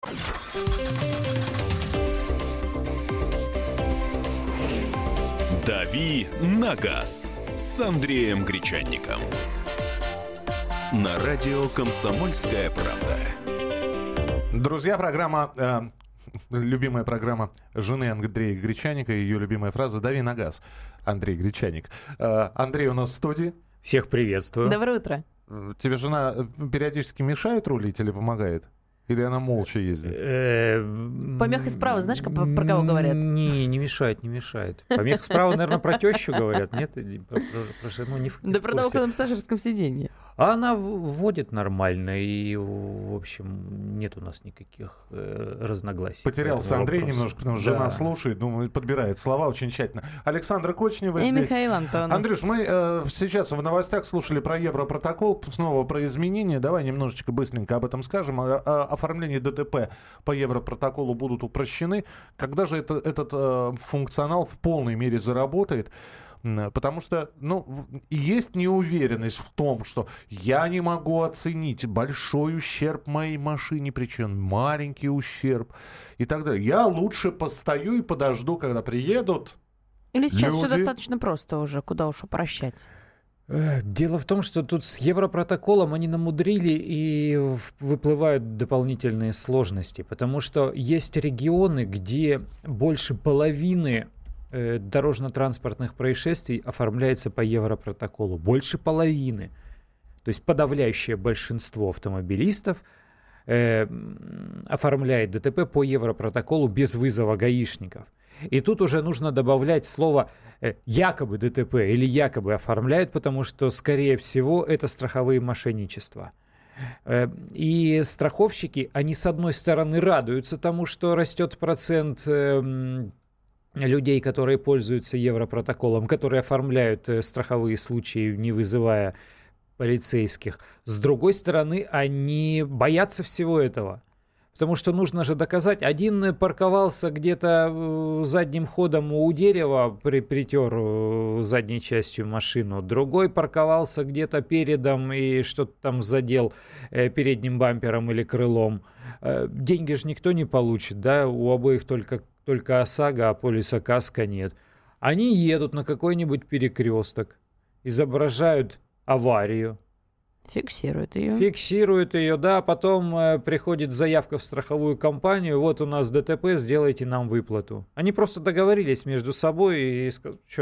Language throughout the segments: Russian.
«Дави на газ» с Андреем Гречанником. На радио «Комсомольская правда». Друзья, программа, любимая программа жены Андрея Гречанника, ее любимая фраза «Дави на газ», Андрей Гречанник. Андрей у нас в студии. Всех приветствую. Доброе утро. Тебе жена периодически мешает рулить или помогает? Или она молча ездит? Помеха справа, знаешь, про кого говорят? Не мешает, не мешает. Помеха справа, наверное, про тещу говорят, нет? Про жену не в курсе. Да про того, кто на пассажирском сиденье. А она водит нормально, и, в общем, нет у нас никаких разногласий. Потерялся Андрей немножко, потому что жена слушает, думаю, подбирает слова очень тщательно. Александра Кочнева и здесь. Михаил Антонов. Андрюш, мы сейчас в новостях слушали про Европротокол, снова про изменения. Давай немножечко быстренько об этом скажем. Оформление ДТП по Европротоколу будут упрощены. Когда же этот функционал в полной мере заработает? Потому что, есть неуверенность в том, что я не могу оценить большой ущерб моей машине, причем маленький ущерб и так далее. Я лучше постою и подожду, когда приедут. Или сейчас люди. все достаточно просто уже, куда уж упрощать? Дело в том, что тут с Европротоколом они намудрили и выплывают дополнительные сложности, потому что есть регионы, где больше половины дорожно-транспортных происшествий оформляется по Европротоколу. Больше половины. То есть подавляющее большинство автомобилистов оформляет ДТП по Европротоколу без вызова гаишников. И тут уже нужно добавлять слово «якобы ДТП» или «якобы оформляют», потому что, скорее всего, это страховые мошенничества. И страховщики, они, с одной стороны, радуются тому, что растет процент людей, которые пользуются Европротоколом, которые оформляют страховые случаи, не вызывая полицейских. С другой стороны, они боятся всего этого. Потому что нужно же доказать. Один парковался где-то задним ходом у дерева, притер задней частью машину. Другой парковался где-то передом и что-то там задел передним бампером или крылом. Деньги же никто не получит, да? У обоих только ОСАГО, а полиса КАСКО нет. Они едут на какой-нибудь перекресток, изображают аварию. Фиксируют ее, да, потом приходит заявка в страховую компанию, вот у нас ДТП, сделайте нам выплату. Они просто договорились между собой и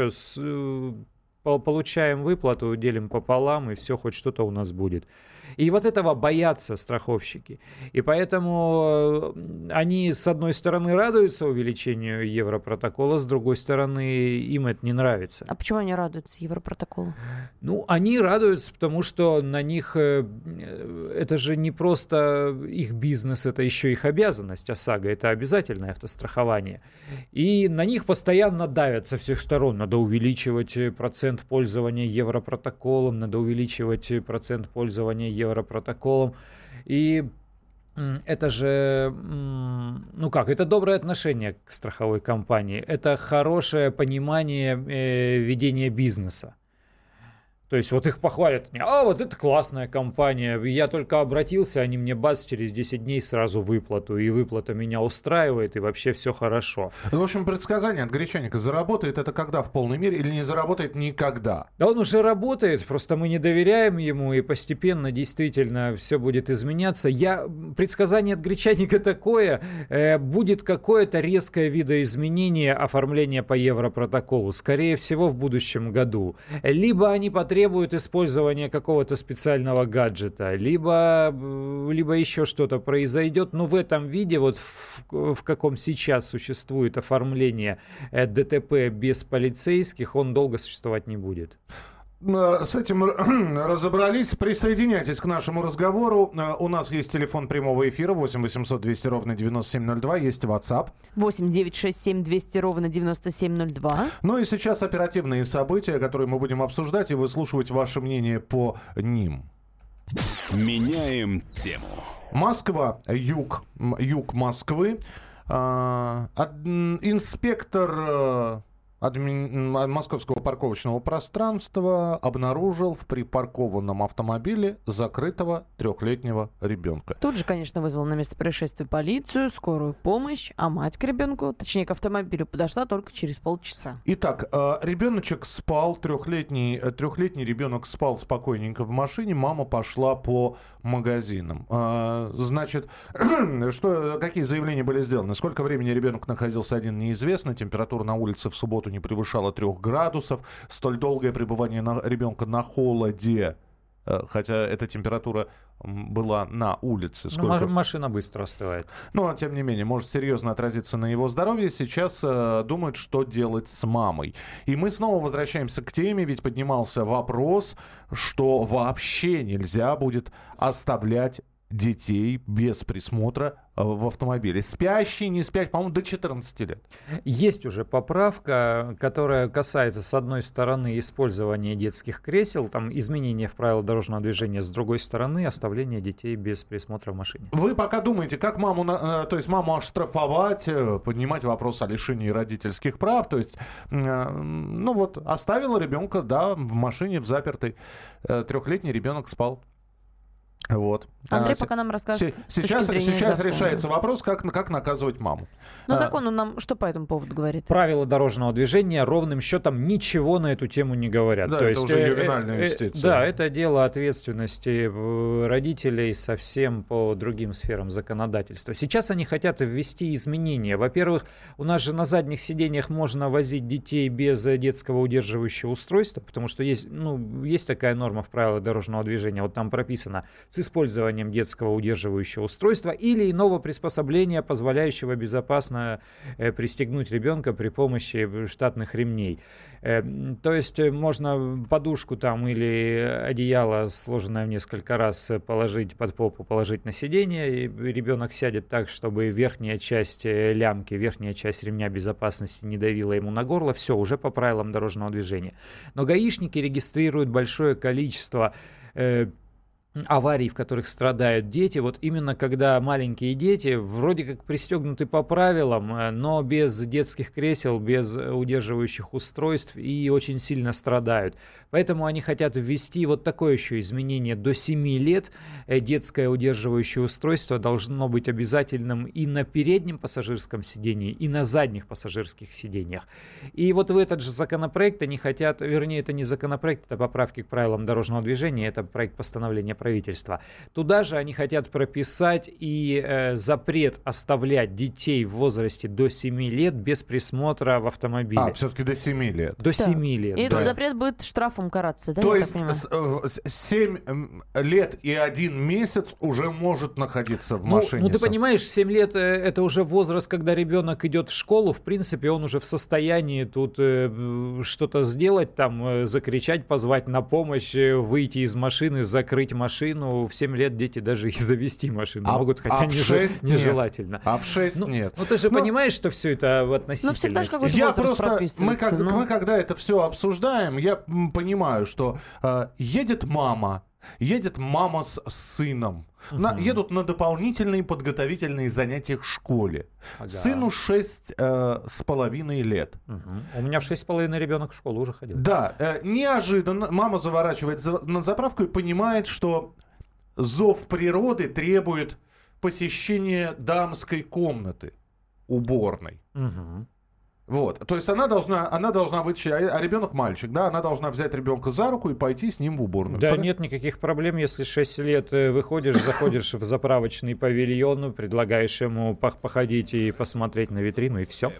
получаем выплату, делим пополам, и все, хоть что-то у нас будет. И вот этого боятся страховщики. И поэтому они, с одной стороны, радуются увеличению Европротокола, с другой стороны, им это не нравится. А почему они радуются Европротоколу? Они радуются, потому что на них это же не просто их бизнес, это еще их обязанность. ОСАГО — это обязательное автострахование. И на них постоянно давят со всех сторон. Надо увеличивать процент пользования Европротоколом, надо увеличивать процент пользования Европротоколом. И это же, это доброе отношение к страховой компании, это хорошее понимание ведения бизнеса. То есть вот их похвалят, вот это классная компания, я только обратился, они мне через 10 дней сразу выплату, и выплата меня устраивает, и вообще все хорошо. В общем, предсказание от Гречаника: заработает это когда в полной мере или не заработает никогда? Да он уже работает, просто мы не доверяем ему, и постепенно действительно все будет изменяться. Предсказание от Гречаника такое: будет какое-то резкое видоизменение оформления по Европротоколу, скорее всего в будущем году. Либо они потребуют использования какого-то специального гаджета, либо еще что-то произойдет, но в этом виде, вот в каком сейчас существует оформление ДТП без полицейских, он долго существовать не будет. С этим разобрались. Присоединяйтесь к нашему разговору. У нас есть телефон прямого эфира 8 800 200 ровно 9702. Есть WhatsApp 8 967 200 ровно 9702. Ну и сейчас оперативные события, которые мы будем обсуждать и выслушивать ваше мнение по ним. Меняем тему. Москва, юг Москвы. Инспектор Московского парковочного пространства обнаружил в припаркованном автомобиле закрытого 3-летнего ребенка. Тут же, конечно, вызвал на место происшествия полицию, скорую помощь, а мать к ребенку, точнее, к автомобилю, подошла только через полчаса. Итак, ребеночек спал, трехлетний ребенок спал спокойненько в машине, мама пошла по магазинам. Значит, какие заявления были сделаны? Сколько времени ребенок находился один, неизвестно. Температура на улице в субботу не превышала 3 градусов. Столь долгое пребывание ребенка на холоде, хотя эта температура была на улице. Машина быстро остывает. Но, тем не менее, может серьезно отразиться на его здоровье. Сейчас думают, что делать с мамой. И мы снова возвращаемся к теме, ведь поднимался вопрос, что вообще нельзя будет оставлять детей без присмотра в автомобиле. Спящий, не спящий, по-моему, до 14 лет. Есть уже поправка, которая касается, с одной стороны, использования детских кресел, там изменения в правила дорожного движения, с другой стороны, оставление детей без присмотра в машине. Вы пока думаете, как маму оштрафовать, поднимать вопрос о лишении родительских прав, то есть, оставила ребенка, да, в машине, в запертой, 3-летний ребенок спал. Вот. Андрей пока нам расскажет. Сейчас решается вопрос, как наказывать маму. Но закон нам что по этому поводу говорит? Правила дорожного движения ровным счетом ничего на эту тему не говорят. Да, то это есть, уже ювенальная юстиция. Да, это дело ответственности родителей совсем по другим сферам законодательства. Сейчас они хотят ввести изменения. Во-первых, у нас же на задних сиденьях можно возить детей без детского удерживающего устройства, потому что есть такая норма в правилах дорожного движения. Вот там прописано: с использованием детского удерживающего устройства или иного приспособления, позволяющего безопасно пристегнуть ребенка при помощи штатных ремней. То есть можно подушку там или одеяло, сложенное в несколько раз, положить под попу, положить на сиденье, и ребенок сядет так, чтобы верхняя часть лямки, верхняя часть ремня безопасности не давила ему на горло. Все, уже по правилам дорожного движения. Но гаишники регистрируют большое количество аварий, в которых страдают дети, вот именно когда маленькие дети вроде как пристегнуты по правилам, но без детских кресел, без удерживающих устройств и очень сильно страдают. Поэтому они хотят ввести вот такое еще изменение: до 7 лет детское удерживающее устройство должно быть обязательным и на переднем пассажирском сидении, и на задних пассажирских сиденьях. И вот в этот же законопроект они хотят, вернее, это не законопроект, это поправки к правилам дорожного движения, это проект постановления правительства. Туда же они хотят прописать и запрет оставлять детей в возрасте до 7 лет без присмотра в автомобиле. Все-таки до 7 лет. До 7 лет. И этот запрет будет штрафом караться, да? То есть 7 лет и 1 месяц уже может находиться в машине. Ну, ты понимаешь, 7 лет это уже возраст, когда ребенок идет в школу. В принципе, он уже в состоянии тут что-то сделать, там закричать, позвать на помощь, выйти из машины, закрыть машину. В 7 лет дети даже и завести машину могут, хотя нежелательно. А в 6 нет. Ну ты же понимаешь, что все это в относительности. Я просто, мы когда это все обсуждаем, я понимаю, что едет мама с сыном. Едут на дополнительные подготовительные занятия в школе. Сыну 6,5 лет. У меня в 6,5 ребенок в школу уже ходил. Да, неожиданно мама заворачивает на заправку и понимает, что зов природы требует посещения дамской комнаты, уборной. Вот. То есть она должна вытащить, а ребенок мальчик, да, она должна взять ребенка за руку и пойти с ним в уборную. Да, нет никаких проблем, если 6 лет выходишь, заходишь в заправочный павильон, предлагаешь ему походить и посмотреть на витрину, и все.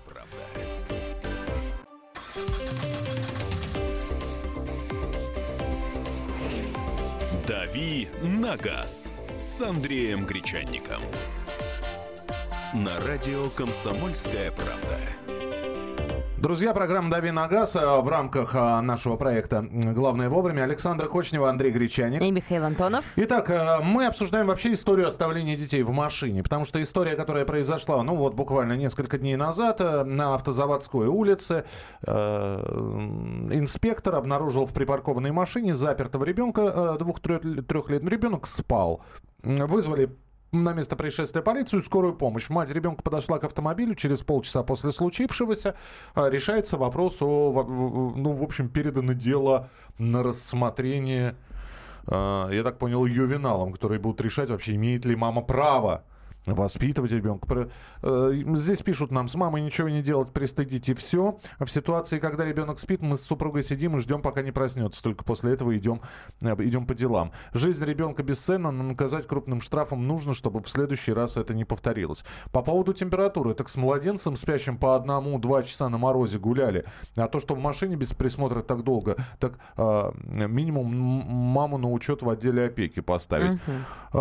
«Дави на газ» с Андреем Гречанником. На радио «Комсомольская правда». Друзья, программа «Дави на газ» в рамках нашего проекта «Главное вовремя». Александра Кочнева, Андрей Гречаник. И Михаил Антонов. Итак, мы обсуждаем вообще историю оставления детей в машине. Потому что история, которая произошла, буквально несколько дней назад на Автозаводской улице, инспектор обнаружил в припаркованной машине запертого ребенка, 2-3 лет. Ребенок спал. Вызвали на место происшествия полицию и скорую помощь. Мать ребенка подошла к автомобилю через полчаса после случившегося. Решается вопрос в общем, передано дело на рассмотрение, я так понял, ювеналам, которые будут решать вообще, имеет ли мама право воспитывать ребенка. Здесь пишут нам: с мамой ничего не делать, пристыдить и все. В ситуации, когда ребенок спит, мы с супругой сидим и ждем, пока не проснется. Только после этого идем по делам. Жизнь ребенка бесценна, но наказать крупным штрафом нужно, чтобы в следующий раз это не повторилось. По поводу температуры. Так с младенцем, спящим по 1-2 часа на морозе, гуляли. А то, что в машине без присмотра так долго, так минимум маму на учет в отделе опеки поставить. У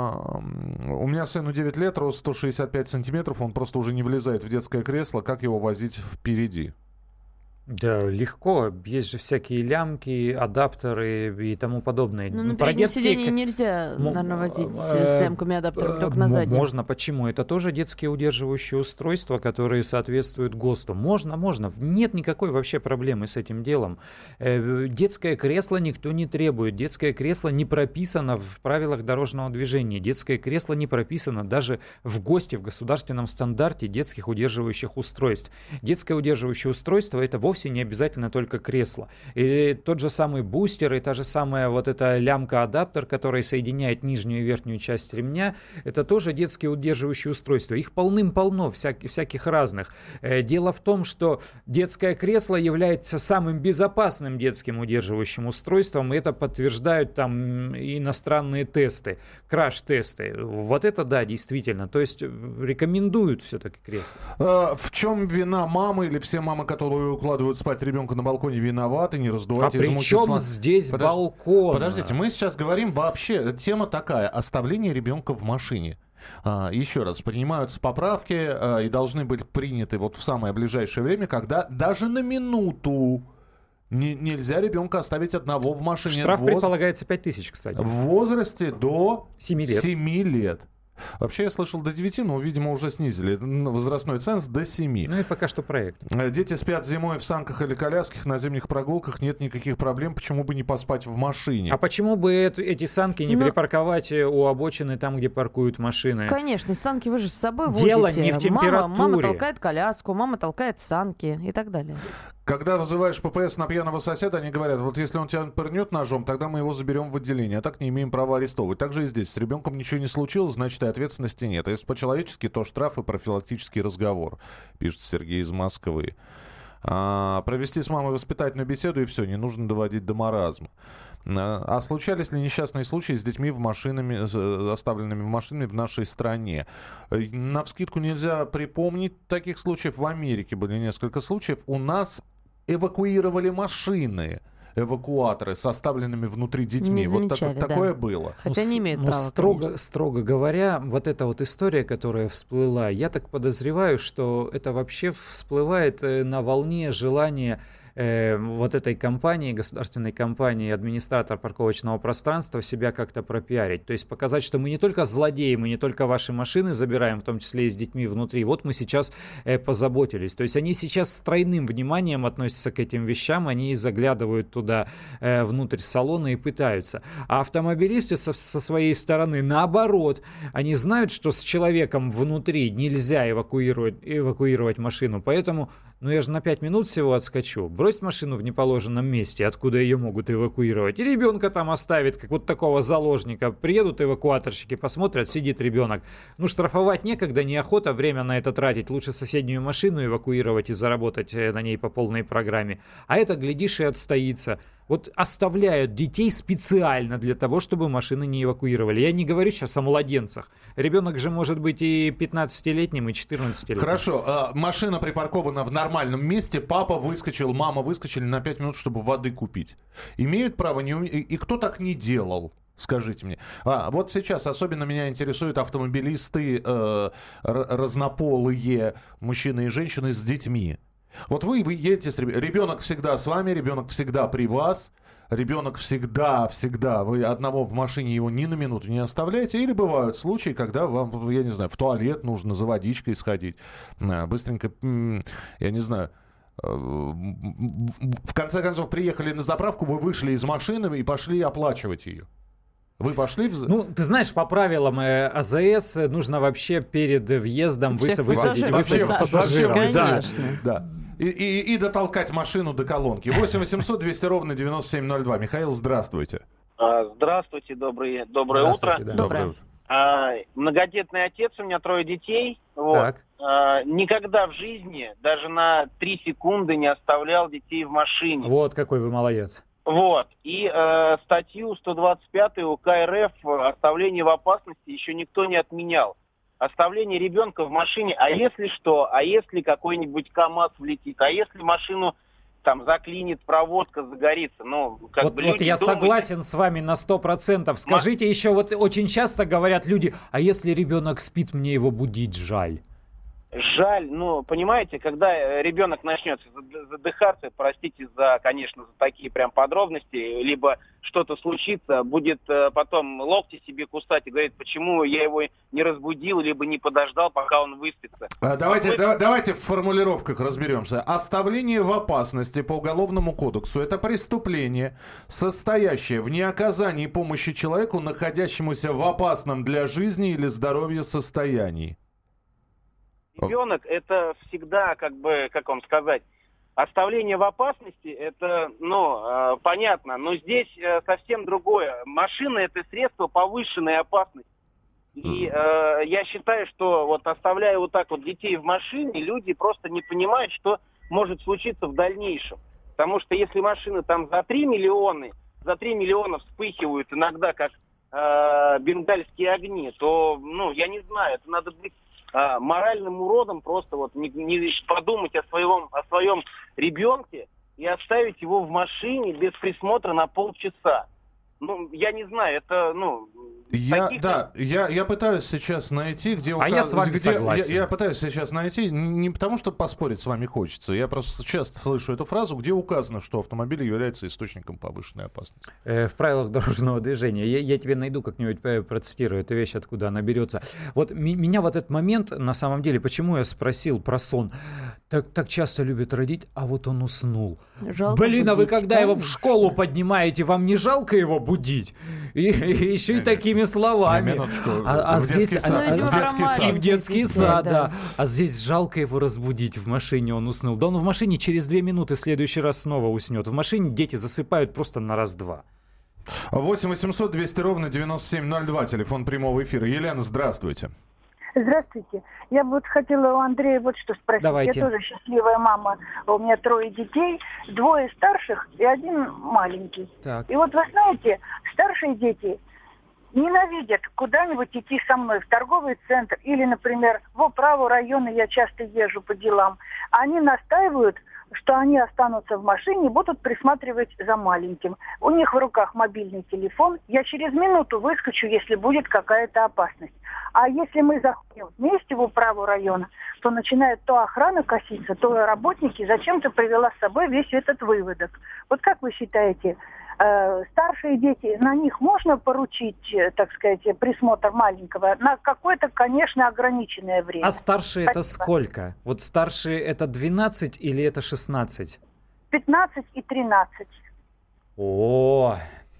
меня сыну 9 лет, рост 165 сантиметров, он просто уже не влезает в детское кресло. Как его возить впереди? Да, легко. Есть же всякие лямки, адаптеры и тому подобное. Ну, на переднем сиденье нельзя, наверное, возить с лямками адаптеров, только на заднем. Можно. Почему? Это тоже детские удерживающие устройства, которые соответствуют ГОСТу. Можно. Нет никакой вообще проблемы с этим делом. Детское кресло никто не требует. Детское кресло не прописано в правилах дорожного движения. Детское кресло не прописано даже в ГОСТе, в государственном стандарте детских удерживающих устройств. Детское удерживающее устройство — это вовсе не обязательно только кресло. И тот же самый бустер, и та же самая вот эта лямка-адаптер, которая соединяет нижнюю и верхнюю часть ремня, это тоже детские удерживающие устройства. Их полным-полно, всяких разных. Дело в том, что детское кресло является самым безопасным детским удерживающим устройством, и это подтверждают там иностранные тесты, краш-тесты. Вот это да, действительно. То есть рекомендуют все-таки кресло. В чем вина мамы или все мамы, которые укладывают спать ребенка на балконе, виноваты, не раздувайте из мухи слона. Здесь балкон? Подождите, мы сейчас говорим вообще, тема такая: оставление ребенка в машине. Еще раз, принимаются поправки и должны быть приняты вот в самое ближайшее время, когда даже на минуту нельзя ребенка оставить одного в машине. Штраф предполагается 5000, кстати. В возрасте до 7 лет. Вообще я слышал до 9, но, видимо, уже снизили возрастной ценз до 7. Ну и пока что проект. Дети спят зимой в санках или колясках, на зимних прогулках нет никаких проблем. Почему бы не поспать в машине? А почему бы эти санки не припарковать у обочины, там, где паркуют машины? Конечно, санки вы же с собой возите. Дело не в температуре. Мама толкает коляску, мама толкает санки и так далее. Когда вызываешь ППС на пьяного соседа, они говорят: вот если он тебя пырнет ножом, тогда мы его заберем в отделение, а так не имеем права арестовывать. Так же и здесь. С ребенком ничего не случилось, значит, и ответственности нет. А если по-человечески, то штраф и профилактический разговор, пишет Сергей из Москвы. Провести с мамой воспитательную беседу, и все, не нужно доводить до маразма. А случались ли несчастные случаи с детьми оставленными в машине в нашей стране? Навскидку нельзя припомнить таких случаев. В Америке были несколько случаев. У нас эвакуировали машины, эвакуаторы с оставленными внутри детьми. Вот такое было. Хотя не имеют права. Строго говоря, вот эта вот история, которая всплыла, я так подозреваю, что это вообще всплывает на волне желания вот этой компании, государственной компании, администратор парковочного пространства, себя как-то пропиарить. То есть показать, что мы не только злодеи, мы не только ваши машины забираем, в том числе и с детьми внутри. Вот мы сейчас позаботились. То есть они сейчас с тройным вниманием относятся к этим вещам, они заглядывают туда внутрь салона и пытаются. А автомобилисты со своей стороны наоборот. Они знают, что с человеком внутри нельзя эвакуировать машину, поэтому я же на 5 минут всего отскочу. Бросить машину в неположенном месте, откуда ее могут эвакуировать. И ребенка там оставит, как вот такого заложника. Приедут эвакуаторщики, посмотрят, сидит ребенок. Штрафовать некогда, неохота время на это тратить. Лучше соседнюю машину эвакуировать и заработать на ней по полной программе. А это, глядишь, и отстоится. Вот оставляют детей специально для того, чтобы машины не эвакуировали. Я не говорю сейчас о младенцах. Ребенок же может быть и 15-летним, и 14-летним. Хорошо. Машина припаркована в нормальном месте. Папа выскочил, мама выскочили на 5 минут, чтобы воды купить. Имеют право и кто так не делал? Скажите мне. Вот сейчас особенно меня интересуют автомобилисты, разнополые мужчины и женщины с детьми. Вот вы едете с ребенком, ребенок всегда с вами, ребенок всегда при вас, ребенок всегда, вы одного в машине его ни на минуту не оставляете, или бывают случаи, когда вам, я не знаю, в туалет нужно за водичкой сходить, быстренько, я не знаю, в конце концов приехали на заправку, вы вышли из машины и пошли оплачивать ее. Вы пошли в... Ну, ты знаешь, по правилам АЗС нужно вообще перед въездом высадить пассажиров. Да. И дотолкать машину до колонки. 8 800 200 ровно 9702. Михаил, здравствуйте. Здравствуйте, доброе утро. Да. Доброе утро. Многодетный отец, у меня 3 детей. Вот. Так. Никогда в жизни, даже на 3 секунды не оставлял детей в машине. Вот какой вы молодец. Вот. И статью 125 УК РФ «Оставление в опасности» еще никто не отменял. Оставление ребенка в машине, а если что, а если какой-нибудь КАМАЗ влетит, а если машину там заклинит, проводка загорится. Ну, как вот, бы вот я думают... согласен с вами на 100%. Скажите еще, вот очень часто говорят люди, а если ребенок спит, мне его будить жаль. Жаль, ну, понимаете, когда ребенок начнет задыхаться, простите конечно, за такие прям подробности, либо что-то случится, будет потом локти себе кусать и говорит, почему я его не разбудил, либо не подождал, пока он выспится. Давайте в формулировках разберемся. Оставление в опасности по Уголовному кодексу – это преступление, состоящее в неоказании помощи человеку, находящемуся в опасном для жизни или здоровья состоянии. Ребенок это всегда, как бы, как вам сказать, оставление в опасности, это, ну, понятно, но здесь совсем другое. Машина это средство повышенной опасности. И я считаю, что вот оставляя вот так вот детей в машине, люди просто не понимают, что может случиться в дальнейшем. Потому что если машины там за 3 миллиона вспыхивают иногда как бенгальские огни, то, ну, я не знаю, это надо быть моральным уродом, просто вот не подумать о своем ребенке и оставить его в машине без присмотра на полчаса. Ну, я не знаю, это, ну... Я пытаюсь сейчас найти, где... я с вами согласен. Я пытаюсь сейчас найти, не потому что поспорить с вами хочется, я просто часто слышу эту фразу, где указано, что автомобиль является источником повышенной опасности. В правилах дорожного движения. Я тебе найду как-нибудь, процитирую эту вещь, откуда она берется. Вот меня вот этот момент, на самом деле, почему я спросил про сон, так часто любят родить, а вот он уснул. Жалко Блин, а вы будить, когда его в правильно? школу поднимаете, вам не жалко его будить? И еще и такими словами. В детский сад. И в детский сад, да. А здесь жалко его разбудить в машине, он уснул. Да он в машине через 2 минуты в следующий раз снова уснет. В машине дети засыпают просто на раз-два. 8 800 200 ровно 9702, телефон прямого эфира. Елена, здравствуйте. Здравствуйте. Я бы вот хотела у Андрея вот что спросить. Давайте. Я тоже счастливая мама. У меня 3 детей, 2 старших и 1 маленький. Так. И вот вы знаете, старшие дети ненавидят куда-нибудь идти со мной в торговый центр или, например, в управу района я часто езжу по делам. Они настаивают, что они останутся в машине и будут присматривать за маленьким. У них в руках мобильный телефон. Я через минуту выскочу, если будет какая-то опасность. А если мы заходим вместе в управу района, то начинает то охрана коситься, то работники. Зачем ты привела с собой весь этот выводок? Вот как вы считаете, старшие дети, на них можно поручить, так сказать, присмотр маленького на какое-то, конечно, ограниченное время? А старшие это сколько? Вот старшие это 12 или это 16? 15 и 13. О,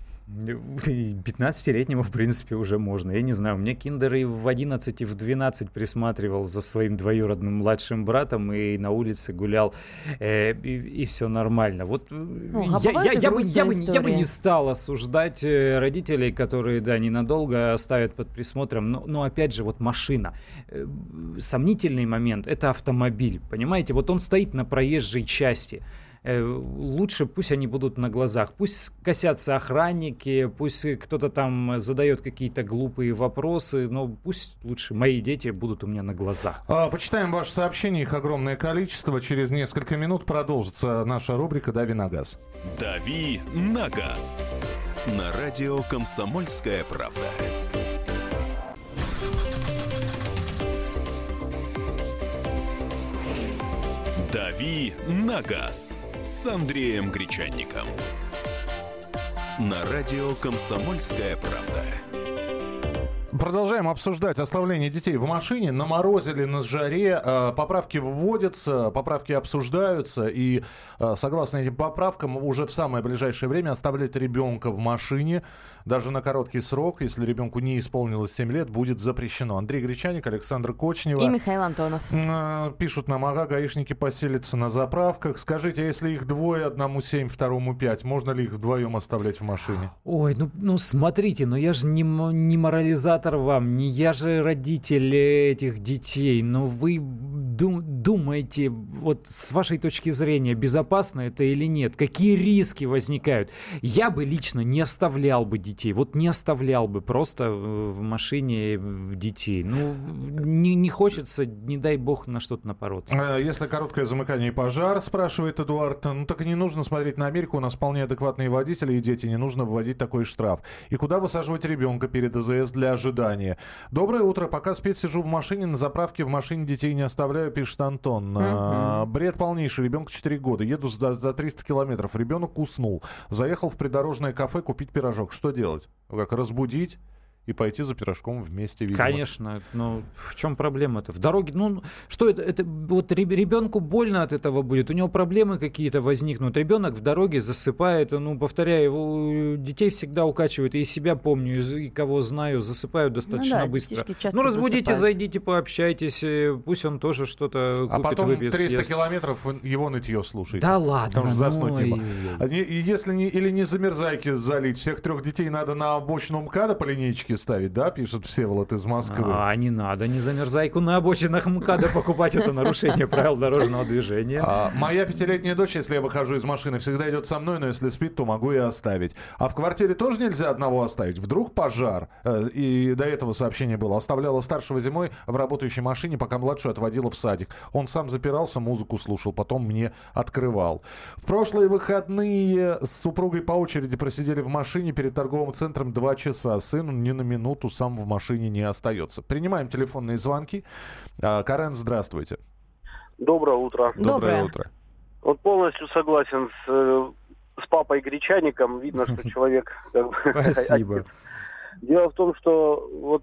15-летнему, в принципе, уже можно. Я не знаю, у меня киндер и в 11, и в 12 присматривал за своим двоюродным младшим братом и на улице гулял, и все нормально. Вот я бы не стал осуждать родителей, которые, да, ненадолго оставят под присмотром, но опять же, вот машина. Сомнительный момент – это автомобиль, понимаете? Вот он стоит на проезжей части. Лучше пусть они будут на глазах, пусть косятся охранники, пусть кто-то там задает какие-то глупые вопросы, но пусть лучше мои дети будут у меня на глазах. Почитаем ваши сообщения, их огромное количество. Через несколько минут продолжится наша рубрика «Дави на газ». «Дави на газ» на радио «Комсомольская правда». «Дави на газ» с Андреем Гречанником. На радио «Комсомольская правда». Продолжаем обсуждать оставление детей в машине. Наморозили на жаре. Поправки вводятся, поправки обсуждаются. И согласно этим поправкам, уже в самое ближайшее время оставлять ребенка в машине, даже на короткий срок, если ребенку не исполнилось 7 лет, будет запрещено. Андрей Гречаник, Александр Кочнева. И Михаил Антонов. Пишут нам, гаишники поселятся на заправках. Скажите, а если их двое, одному 7, второму 5, можно ли их вдвоем оставлять в машине? Ой, ну смотрите, я же не морализатор вам, не я же родитель этих детей, но вы думаете, вот с вашей точки зрения, безопасно это или нет? Какие риски возникают? Я бы лично не оставлял бы детей, вот не оставлял бы просто в машине детей. Не хочется, не дай бог, на что-то напороться. Если короткое замыкание и пожар, спрашивает Эдуард, так и не нужно смотреть на Америку, у нас вполне адекватные водители и дети, не нужно вводить такой штраф. И куда высаживать ребенка перед АЗС для ожидания? Доброе утро, пока спит, сижу в машине, на заправке в машине детей не оставляю, пишет Антон. Бред полнейший, ребенку 4 года, еду за 300 километров, ребенок уснул, заехал в придорожное кафе купить пирожок, что делать? Как разбудить? И пойти за пирожком вместе, видимо. Конечно, в чем проблема-то? В дороге, что это вот ребенку больно от этого будет, у него проблемы какие-то возникнут, ребенок в дороге засыпает, повторяю, детей всегда укачивают, и из себя помню, и кого знаю, засыпают достаточно быстро. Разбудите, засыпают. Зайдите, пообщайтесь, пусть он тоже что-то купит, потом выпьет, 300 съест. Километров его нытье слушайте. Да ладно. Потому что заснуть не могу. И если или не замерзайки залить, всех 3 детей надо на обочину МКАДа по линейке ставить, да, пишет Всеволод из Москвы. Не надо, не замерзайку на обочинах МКАДа покупать, это нарушение правил дорожного движения. Моя 5-летняя дочь, если я выхожу из машины, всегда идет со мной, но если спит, то могу и оставить. А в квартире тоже нельзя одного оставить? Вдруг пожар? И до этого сообщение было. Оставляла старшего зимой в работающей машине, пока младшую отводила в садик. Он сам запирался, музыку слушал, потом мне открывал. В прошлые выходные с супругой по очереди просидели в машине перед торговым центром 2 часа. Сыну ни на минуту сам в машине не остается. Принимаем телефонные звонки. Карен, здравствуйте. Доброе утро. Доброе утро. Вот полностью согласен с папой Гречаником. Видно, что человек... Спасибо. Дело в том, что вот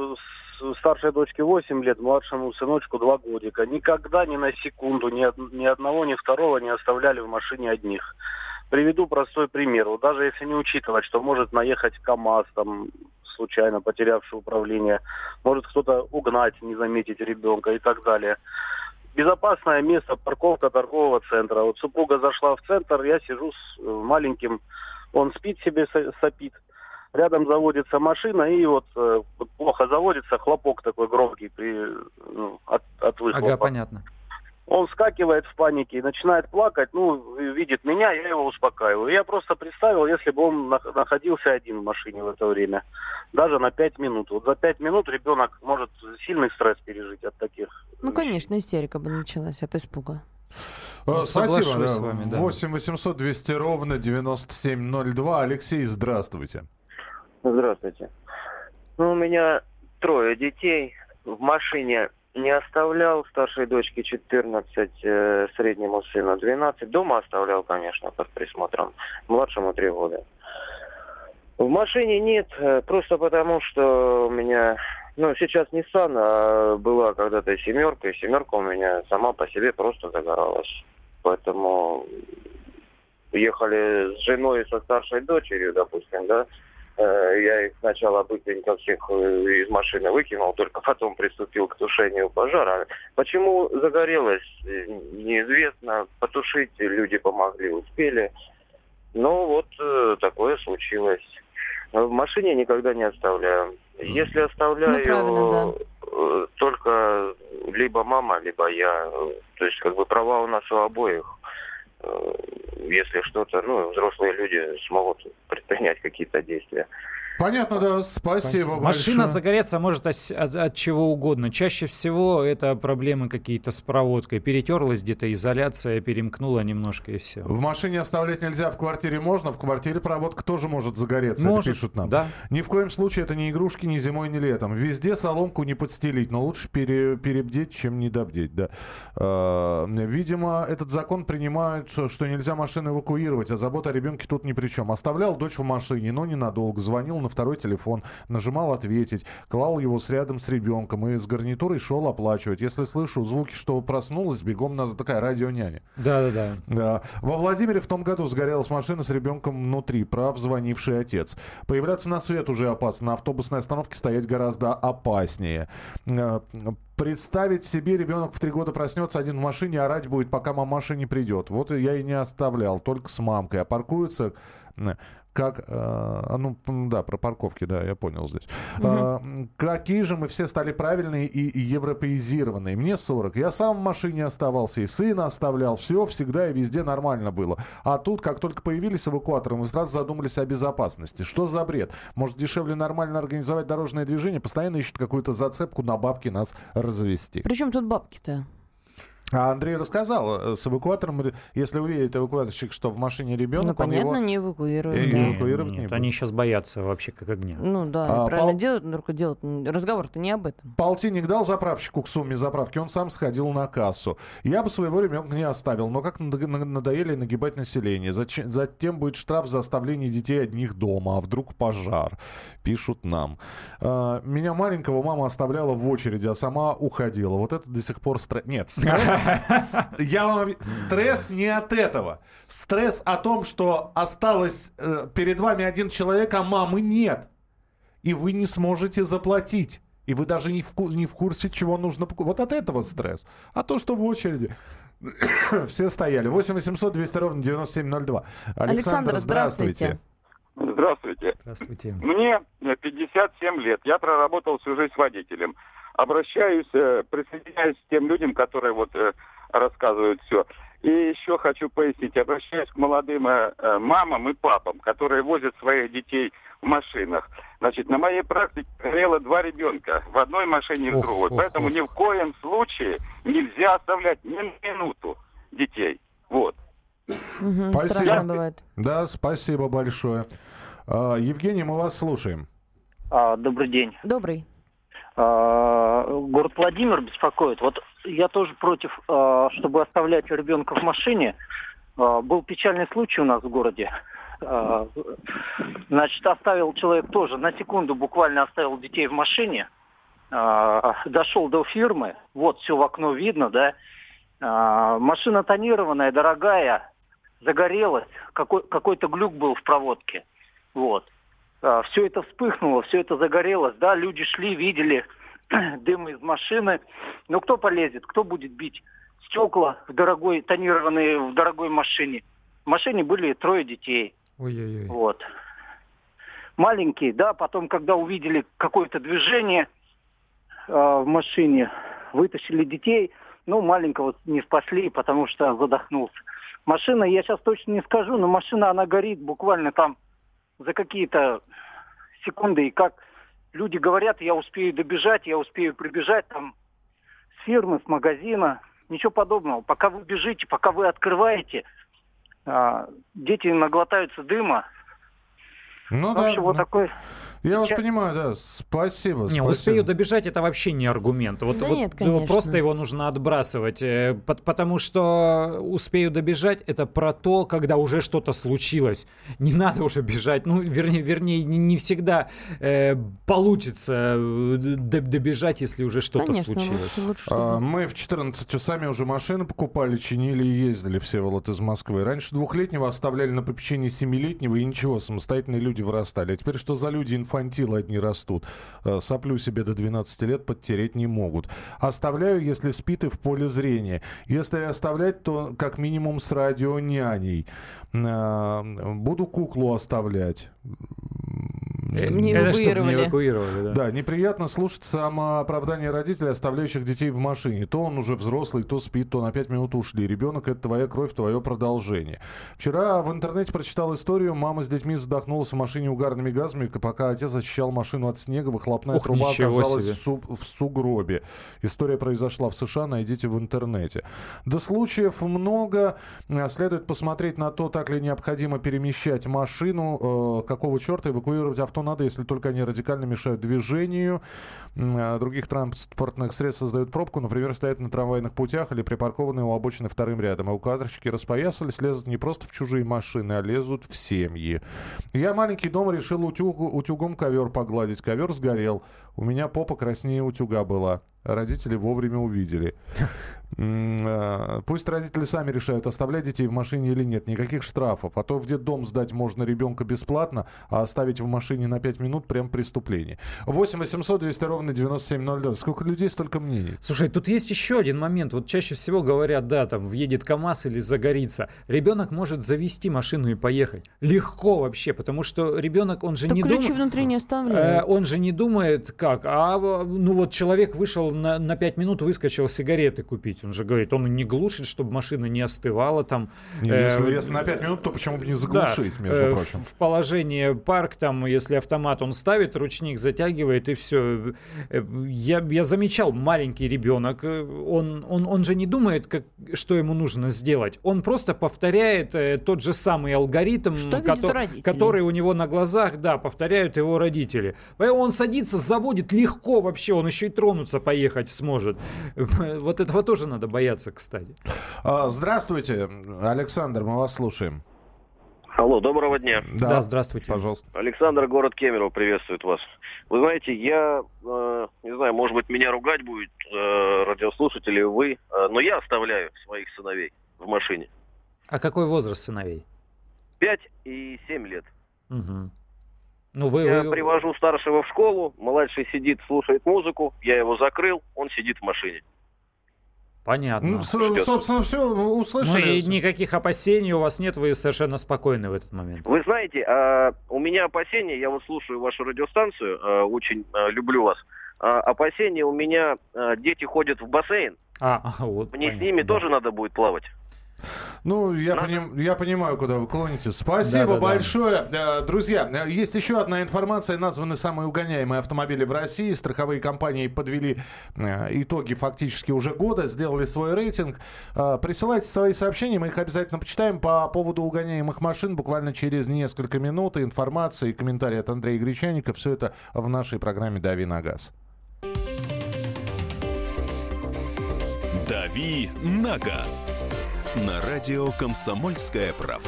старшей дочке 8 лет, младшему сыночку 2 годика. Никогда ни на секунду ни одного, ни второго не оставляли в машине одних. Приведу простой пример. Вот даже если не учитывать, что может наехать КАМАЗ, случайно потерявший управление, может кто-то угнать, не заметить ребенка и так далее. Безопасное место, парковка торгового центра. Вот супруга зашла в центр, я сижу с маленьким, он спит себе, сопит. Рядом заводится машина, и вот плохо заводится, хлопок такой громкий от выхлопа. Ага, понятно. Он вскакивает в панике и начинает плакать, видит меня, я его успокаиваю. Я просто представил, если бы он находился один в машине в это время, даже на 5 минут. Вот за 5 минут ребенок может сильный стресс пережить от таких вещей. Конечно, истерика бы началась от испуга. Спасибо. С вами, да. 8 800 200 ровно 9702. Алексей, здравствуйте. Здравствуйте. У меня 3 детей. В машине не оставлял, старшей дочке 14, среднему сыну 12. Дома оставлял, конечно, под присмотром. Младшему 3 года. В машине нет, просто потому, что у меня... сейчас Nissan, а была когда-то семерка, и семерка у меня сама по себе просто загоралась. Поэтому ехали с женой и со старшей дочерью, допустим, да. Я их сначала быстренько всех из машины выкинул, только потом приступил к тушению пожара. Почему загорелось, неизвестно. Потушить люди помогли, успели. Но такое случилось. В машине никогда не оставляю. Если оставляю, только либо мама, либо я. То есть права у нас у обоих. Если что-то, взрослые люди смогут предпринять какие-то действия. Понятно, да. Спасибо большое. Машина загореться может от чего угодно. Чаще всего это проблемы какие-то с проводкой. Перетерлась где-то изоляция, перемкнула немножко и все. В машине оставлять нельзя, в квартире можно. В квартире проводка тоже может загореться. Может, это пишут нам. Да. Ни в коем случае это не игрушки ни зимой, ни летом. Везде соломку не подстелить, но лучше перебдеть, чем недобдеть. Да. Видимо, этот закон принимают, что нельзя машину эвакуировать, а забота о ребенке тут ни при чем. Оставлял дочь в машине, но ненадолго. Звонил на второй телефон, нажимал «Ответить», клал его рядом с ребенком и с гарнитурой шел оплачивать. Если слышу звуки, что проснулась, бегом на такая радионяня. Да. Во Владимире в том году сгорелась машина с ребенком внутри, прав звонивший отец. Появляться на свет уже опасно, на автобусной остановке стоять гораздо опаснее. Представить себе, ребенок в 3 года проснется один в машине, орать будет, пока мамаша не придет. Вот я и не оставлял, только с мамкой. А паркуются... Как, про парковки, да, я понял здесь. Какие же мы все стали правильные и европеизированные. Мне 40. Я сам в машине оставался, и сына оставлял. Все всегда и везде нормально было. А тут, как только появились эвакуаторы, мы сразу задумались о безопасности. Что за бред? Может, дешевле нормально организовать дорожное движение? Постоянно ищут какую-то зацепку на бабки нас развести. Причем тут бабки-то? А Андрей рассказал, с эвакуатором, если увидит эвакуаторщик, что в машине ребенок, понятно, он его... не эвакуируют. Эвакуировать не Нет, будет. они сейчас боятся вообще как огня. Ну да, правильно делают, но только делают. Разговор-то не об этом. Полтинник дал заправщику к сумме заправки, он сам сходил на кассу. Я бы своего ребенка не оставил, но как надоели нагибать население. Затем будет штраф за оставление детей одних дома, а вдруг пожар, пишут нам. Меня маленького мама оставляла в очереди, а сама уходила. Вот это до сих пор стресс. Нет, стресс не от этого. Стресс о том, что осталось перед вами один человек, а мамы нет. И вы не сможете заплатить. И вы даже не в курсе, чего нужно покупать. Вот от этого стресс. А то, что в очереди все стояли. 8 800 200 ровно 9702. Александр, здравствуйте. Здравствуйте. Здравствуйте. Мне 57 лет. Я проработал всю жизнь водителем. Обращаюсь, присоединяюсь к тем людям, которые рассказывают все. И еще хочу пояснить. Обращаюсь к молодым мамам и папам, которые возят своих детей в машинах. Значит, на моей практике горело 2 ребенка в одной машине и в другой. Поэтому ни в коем случае нельзя оставлять ни на минуту детей. Вот. Страшно бывает. Да, спасибо большое. Евгений, мы вас слушаем. Добрый день. Добрый. Город Владимир беспокоит. Вот я тоже против, чтобы оставлять ребенка в машине. Был печальный случай у нас в городе. Значит, оставил человек тоже, на секунду буквально оставил детей в машине. Дошел до фирмы, вот все в окно видно, да. Машина тонированная, дорогая, загорелась, какой-то глюк был в проводке. Вот. Все это вспыхнуло, все это загорелось, да, люди шли, видели дым из машины. Но кто полезет, кто будет бить стекла тонированные в дорогой машине? В машине были 3 детей. Ой-ой-ой. Вот. Маленькие, да, потом, когда увидели какое-то движение в машине, вытащили детей, маленького не спасли, потому что задохнулся. Машина, я сейчас точно не скажу, но машина, она горит буквально там за какие-то секунды. И как люди говорят, я успею добежать, я успею прибежать там с фирмы, с магазина. Ничего подобного. Пока вы бежите, пока вы открываете, дети наглотаются дыма. Ну да. Вот такой... Я вас понимаю, да. Спасибо. Не, успею добежать, это вообще не аргумент. Нет, конечно. Просто его нужно отбрасывать. Потому что успею добежать, это про то, когда уже что-то случилось. Не надо уже бежать. Вернее, не всегда получится добежать, если уже что-то случилось. Мы в 14 сами уже машины покупали, чинили и ездили, Всеволод из Москвы. Раньше 2-летнего оставляли на попечении 7-летнего, и ничего, самостоятельные люди вырастали. А теперь что за люди? Инфантилы одни растут. Соплю себе до 12 лет подтереть не могут. Оставляю, если спит и в поле зрения. Если оставлять, то как минимум с радионяней. Буду куклу оставлять. Не эвакуировали. Да, неприятно слушать самооправдание родителей, оставляющих детей в машине. То он уже взрослый, то спит, то на 5 минут ушли. Ребенок — это твоя кровь, твое продолжение. Вчера в интернете прочитал историю. Мама с детьми задохнулась в машине угарными газами, пока отец очищал машину от снега. Выхлопная труба оказалась в сугробе. История произошла в США, найдите в интернете. Да случаев много. Следует посмотреть на то, так ли необходимо перемещать машину, какого черта эвакуировать авто что надо, если только они радикально мешают движению. Других транспортных средств создают пробку, например, стоят на трамвайных путях или припаркованные у обочины вторым рядом. Эвакуаторщики распоясались, лезут не просто в чужие машины, а лезут в семьи. Я маленький дом решил утюгом ковер погладить. Ковер сгорел. У меня попа краснее утюга была. Родители вовремя увидели. Пусть родители сами решают, оставлять детей в машине или нет. Никаких штрафов. А то в детдом сдать можно ребенка бесплатно, а оставить в машине на 5 минут прям преступление. 8 800 200 ровно 9702. Сколько людей, столько мнений. Слушай, тут есть еще один момент. Вот чаще всего говорят, да, там въедет КАМАЗ или загорится. Ребенок может завести машину и поехать. Легко вообще, потому что ребенок, он же так не ключи думает... внутри не оставляют. Он же не думает, как. Ну вот человек вышел на 5 минут, выскочил сигареты купить. Он же говорит, он не глушит, чтобы машина не остывала там. Если на 5 минут, то почему бы не заглушить, между прочим. В положении парк, там, если автомат он ставит, ручник затягивает и все. Я замечал, маленький ребенок, он же не думает, что ему нужно сделать. Он просто повторяет тот же самый алгоритм, который у него на глазах, да, повторяют его родители. Он садится, заводит легко вообще, он еще и тронуться, поехать сможет. Вот этого тоже надо бояться, кстати. Здравствуйте, Александр, мы вас слушаем. Алло, доброго дня. Да, здравствуйте. Пожалуйста. Александр, город Кемерово, приветствует вас. Вы знаете, я, не знаю, может быть, меня ругать будет радиослушатели, вы, но я оставляю своих сыновей в машине. А какой возраст сыновей? 5 и 7 лет. Угу. Я привожу старшего в школу, младший сидит, слушает музыку, я его закрыл, он сидит в машине. Понятно. Собственно, все, услышали. И никаких опасений у вас нет, вы совершенно спокойны в этот момент. Вы знаете, у меня опасения, я вот слушаю вашу радиостанцию, очень люблю вас. Опасения у меня, дети ходят в бассейн, вот, мне с ними тоже надо будет плавать. Ну, я понимаю, куда вы клоните. Спасибо большое. Друзья, есть еще одна информация. Названы самые угоняемые автомобили в России. Страховые компании подвели итоги фактически уже года, сделали свой рейтинг. Присылайте свои сообщения, мы их обязательно почитаем. По поводу угоняемых машин буквально через несколько минут. Информация и комментарии от Андрея Гречанника. Все это в нашей программе «Дави на газ». «Дави на газ» на радио «Комсомольская правда».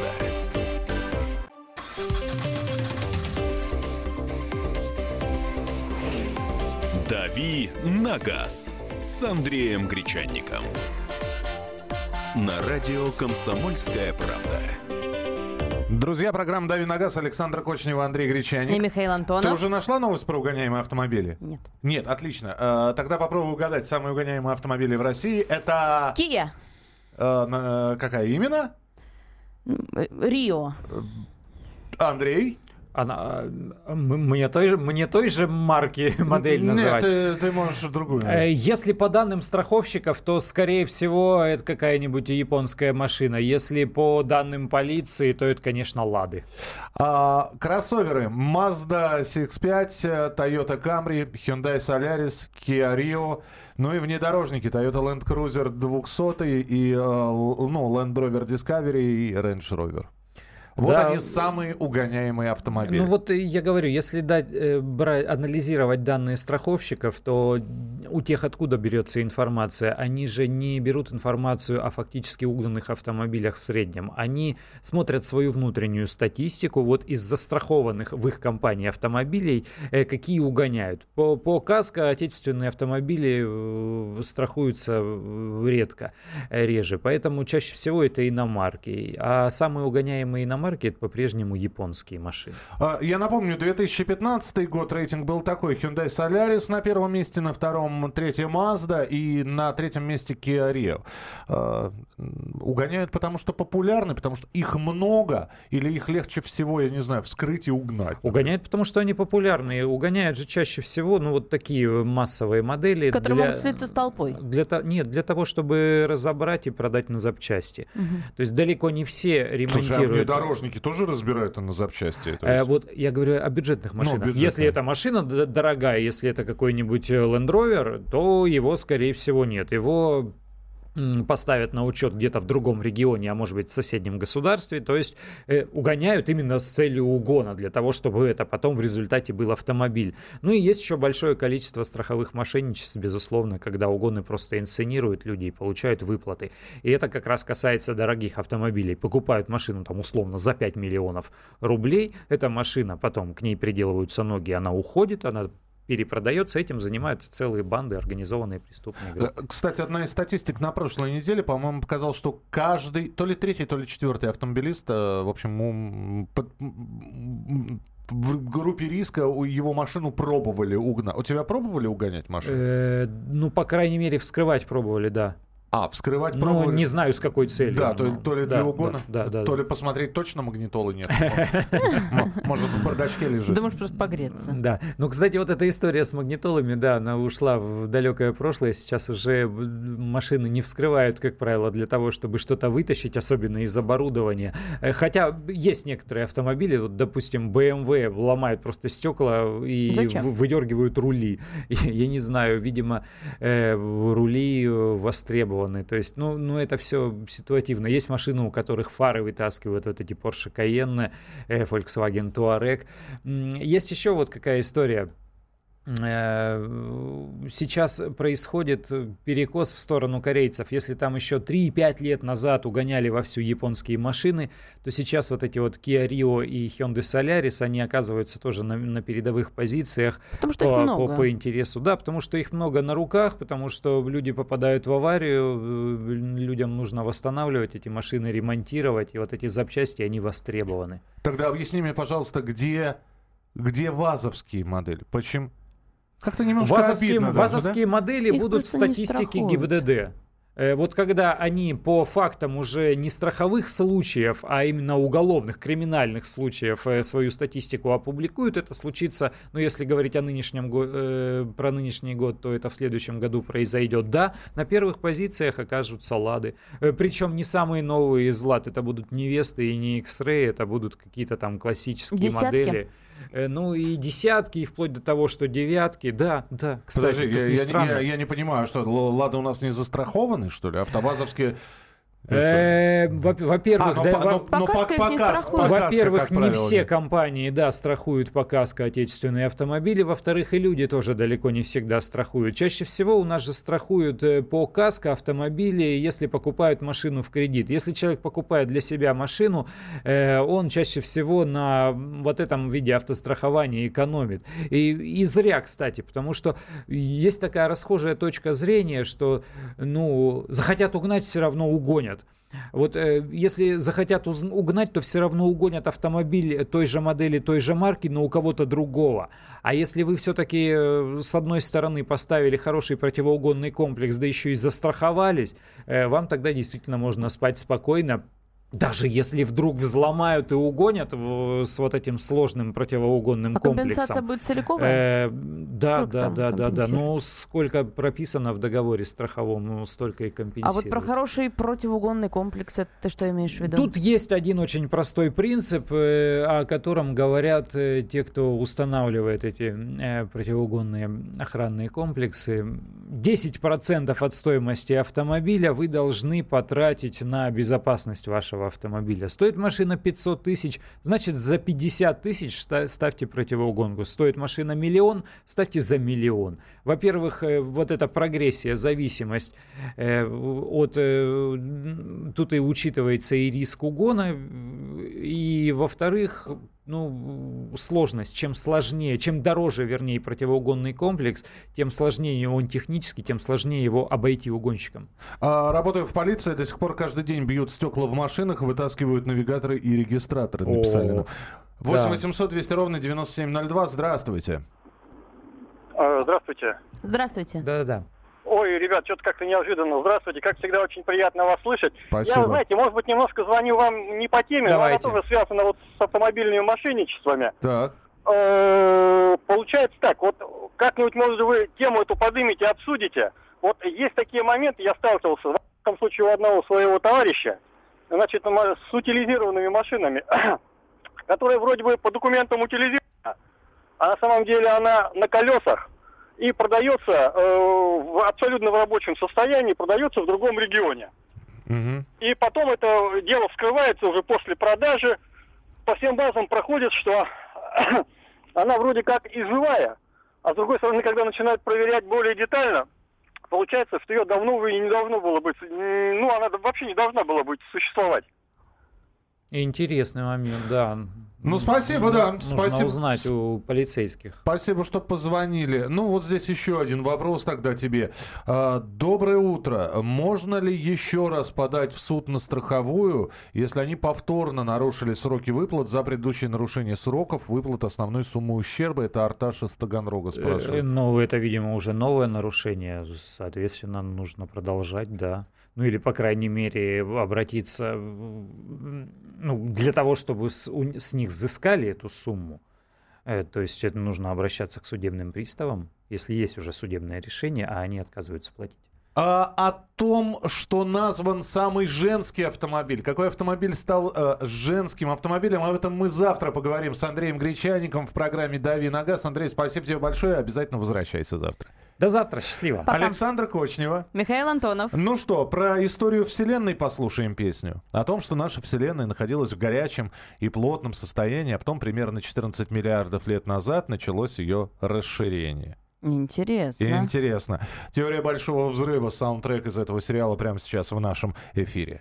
«Дави на газ» с Андреем Гречанником. На радио «Комсомольская правда». Друзья, программа «Дави на газ», Александра Кочнева, Андрей Гречанник. И Михаил Антонов. Ты уже нашла новость про угоняемые автомобили? Нет. Нет, отлично. Тогда попробую угадать самые угоняемые автомобили в России. Это... Kia. Какая именно? Рио. Андрей? Мне той же марки модель называть. Нет, ты можешь другую. Если по данным страховщиков, то, скорее всего, это какая-нибудь японская машина. Если по данным полиции, то это, конечно, Лады. Кроссоверы. Mazda CX-5, Toyota Camry, Hyundai Solaris, Kia Rio. Ну и внедорожники. Toyota Land Cruiser 200 и Land Rover Discovery и Range Rover. Вот они самые угоняемые автомобили. Ну вот я говорю, если анализировать данные страховщиков, то у тех, откуда берется информация, они же не берут информацию о фактически угнанных автомобилях в среднем. Они смотрят свою внутреннюю статистику, вот из застрахованных в их компании автомобилей, какие угоняют. По КАСКО отечественные автомобили страхуются реже, поэтому чаще всего это иномарки. А самые угоняемые иномарки это по-прежнему японские машины. Я напомню, 2015 год рейтинг был такой. Hyundai Solaris на первом месте, на втором третья Mazda и на третьем месте Kia Rio. Угоняют, потому что популярны, потому что их много, или их легче всего, я не знаю, вскрыть и угнать? Угоняют, потому что они популярны. Угоняют же чаще всего, вот такие массовые модели. Которые могут слиться с толпой. Для того, чтобы разобрать и продать на запчасти. Угу. То есть далеко не все ремонтируют. Слушай, внедорожники тоже разбирают на запчасти? Вот я говорю о бюджетных машинах. Если эта машина дорогая, если это какой-нибудь Land Rover, то его, скорее всего, нет. Его поставят на учет где-то в другом регионе, а может быть в соседнем государстве, то есть угоняют именно с целью угона, для того, чтобы это потом в результате был автомобиль. Ну и есть еще большое количество страховых мошенничеств, безусловно, когда угоны просто инсценируют люди и получают выплаты. И это как раз касается дорогих автомобилей. Покупают машину там условно за 5 миллионов рублей, эта машина, потом к ней приделываются ноги, она уходит, она перепродается, этим занимаются целые банды, организованные преступные группы. Кстати, одна из статистик на прошлой неделе, по-моему, показала, что каждый, то ли третий, то ли четвертый автомобилист, в общем, в группе риска его машину пробовали угнать. У тебя пробовали угонять машину? Ну, по крайней мере, вскрывать пробовали, да. Вскрывать пробовали? Ну, не знаю, с какой целью. Да, то ли для угона, то ли да. посмотреть, точно магнитолы нет. Может, в бардачке лежит. Да, может, просто погреться. Да. Ну, кстати, вот эта история с магнитолами, да, она ушла в далекое прошлое. Сейчас уже машины не вскрывают, как правило, для того, чтобы что-то вытащить, особенно из оборудования. Хотя есть некоторые автомобили, вот, допустим, BMW ломают просто стекла и выдергивают рули. Я не знаю, видимо, рули востребованы. То есть, ну, это все ситуативно. Есть машины, у которых фары вытаскивают, вот эти Porsche Cayenne, Volkswagen Touareg. Есть еще вот какая история. Сейчас происходит перекос в сторону корейцев. Если там еще 3-5 лет назад угоняли вовсю японские машины, то сейчас вот эти вот Kia Rio и Hyundai Solaris, они оказываются тоже на передовых позициях по интересу. Да, потому что их много на руках, потому что люди попадают в аварию, людям нужно восстанавливать эти машины, ремонтировать, и вот эти запчасти, они востребованы. Тогда объясни мне, пожалуйста, где ВАЗовские модели? Почему? Как-то немножко обидно. ВАЗовские модели их будут в статистике ГИБДД. Вот когда они по фактам уже не страховых случаев, а именно уголовных, криминальных случаев свою статистику опубликуют, это случится, ну если говорить о про нынешний год, то это в следующем году произойдет. Да, на первых позициях окажутся Лады. Причем не самые новые из Лад, это будут не Весты и не X-Ray, это будут какие-то там классические модели. Ну и десятки, и вплоть до того, что девятки, да, кстати. Подожди, я не понимаю, что Лада у нас не застрахованы, что ли? Автовазовские... Во-первых, не все компании, страхуют по КАСКО отечественные автомобили. Во-вторых, и люди тоже далеко не всегда страхуют. Чаще всего у нас же страхуют по КАСКО автомобили, если покупают машину в кредит. Если человек покупает для себя машину, он чаще всего на вот этом виде автострахования экономит. И зря, кстати, потому что есть такая расхожая точка зрения, что захотят угнать, все равно угонят. Вот если захотят угнать, то все равно угонят автомобиль той же модели, той же марки, но у кого-то другого. А если вы все-таки с одной стороны поставили хороший противоугонный комплекс, да еще и застраховались, вам тогда действительно можно спать спокойно. Даже если вдруг взломают и угонят с вот этим сложным противоугонным комплексом. Компенсация будет целиковая? Да. Ну, сколько прописано в договоре страховом, столько и компенсируют. А вот про хороший противоугонный комплекс, это ты что имеешь в виду? Тут есть один очень простой принцип, о котором говорят те, кто устанавливает эти противоугонные охранные комплексы. 10% от стоимости автомобиля вы должны потратить на безопасность вашего автомобиля. Стоит машина 500 тысяч, значит за 50 тысяч ставьте противоугонку. Стоит машина 1 000 000, ставьте за 1 000 000. Во-первых, вот эта прогрессия, зависимость от... Тут и учитывается и риск угона, и во-вторых... сложность. Чем сложнее, чем дороже, вернее, противоугонный комплекс, тем сложнее он технически, тем сложнее его обойти угонщикам. Работаю в полиции, до сих пор каждый день бьют стекла в машинах, вытаскивают навигаторы и регистраторы, написали нам. 8 800 200 ровно 9702. Здравствуйте. Здравствуйте. Здравствуйте. Да. Ой, ребят, что-то как-то неожиданно. Здравствуйте, как всегда, очень приятно вас слышать. Спасибо. Я, знаете, может быть, немножко звоню вам не по теме, Давайте. но она тоже связана вот с автомобильными мошенничествами. Так. Получается так, вот как-нибудь, может, вы тему эту поднимете, обсудите. Вот есть такие моменты, я сталкивался, в этом случае, у одного своего товарища, значит, с утилизированными машинами, которая вроде бы по документам утилизирована, а на самом деле она на колесах. и продается абсолютно в рабочем состоянии, продается в другом регионе. И потом это дело вскрывается уже после продажи. По всем базам проходит, что она вроде как и живая, а с другой стороны, когда начинают проверять более детально, получается, что ее давно и не должно было быть, она вообще не должна была быть существовать. Интересный момент, да. Спасибо, да. Нужно узнать у полицейских. Спасибо, что позвонили. Вот здесь еще один вопрос тогда тебе. Доброе утро. Можно ли еще раз подать в суд на страховую, если они повторно нарушили сроки выплат за предыдущее нарушение сроков выплат основной суммы ущерба? Это Арташ из Таганрога спрашивает. Это, видимо, уже новое нарушение. Соответственно, нужно продолжать, да. Или, по крайней мере, обратиться, для того, чтобы с них взыскали эту сумму. То есть это нужно обращаться к судебным приставам, если есть уже судебное решение, а они отказываются платить. О том, что назван самый женский автомобиль. Какой автомобиль стал женским автомобилем? Об этом мы завтра поговорим с Андреем Гречаником в программе «Дави на газ». Андрей, спасибо тебе большое. Обязательно возвращайся завтра. До завтра. Счастливо. Пока. Александра Кочнева. Михаил Антонов. Про историю Вселенной послушаем песню. О том, что наша Вселенная находилась в горячем и плотном состоянии, а потом примерно 14 миллиардов лет назад началось ее расширение. Интересно. Теория большого взрыва, саундтрек из этого сериала прямо сейчас в нашем эфире.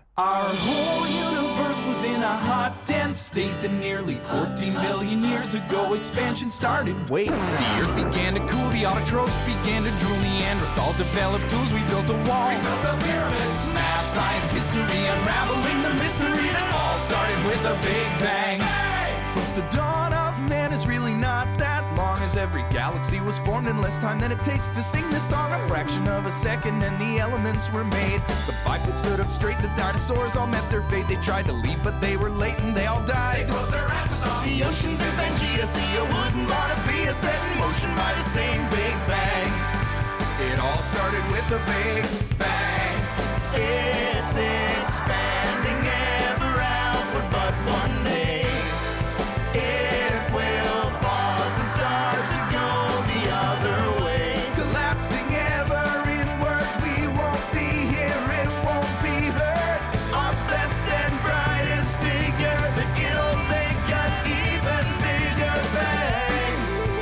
Was in a hot, dense state that nearly 14 billion years ago expansion started. Wait, the earth began to cool, the autotrophs began to drool, Neanderthals developed tools, we built a wall. We built the pyramids. Math, science, history, unraveling the mystery that all started with a big bang. Hey! Since the dawn of man is really not that long, as every galaxy was formed in less time than it takes to sing this song. A fraction of a second and the elements were made. The bipeds stood up straight, the dinosaurs all met their fate. They tried to leave but they were late and they all died. They closed their asses off. The oceans of Pangea, see a wooden Barnabia set in motion by the same Big Bang. It all started with a Big Bang. It's expanding ever outward, but one day it will pause and start to go the other way. Collapsing ever inward, we won't be here, it won't be heard. Our best and brightest figure, that it'll make an even bigger bang.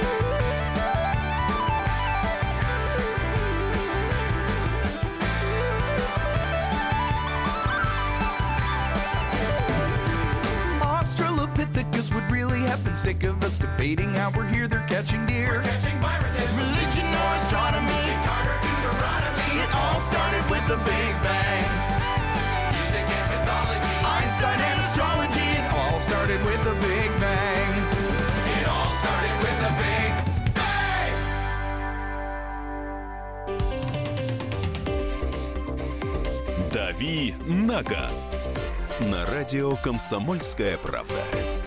Australopithecus would really have been sick of us debating how we're here, they're catching deer. We're catching viruses. Religion or astronomy, Carter, Deuteronomy, it all started with the Big Bang. Music and mythology, Einstein and astrology, it all started with the Big Bang. It all started with the Big «Дави на газ» на радио «Комсомольская правда».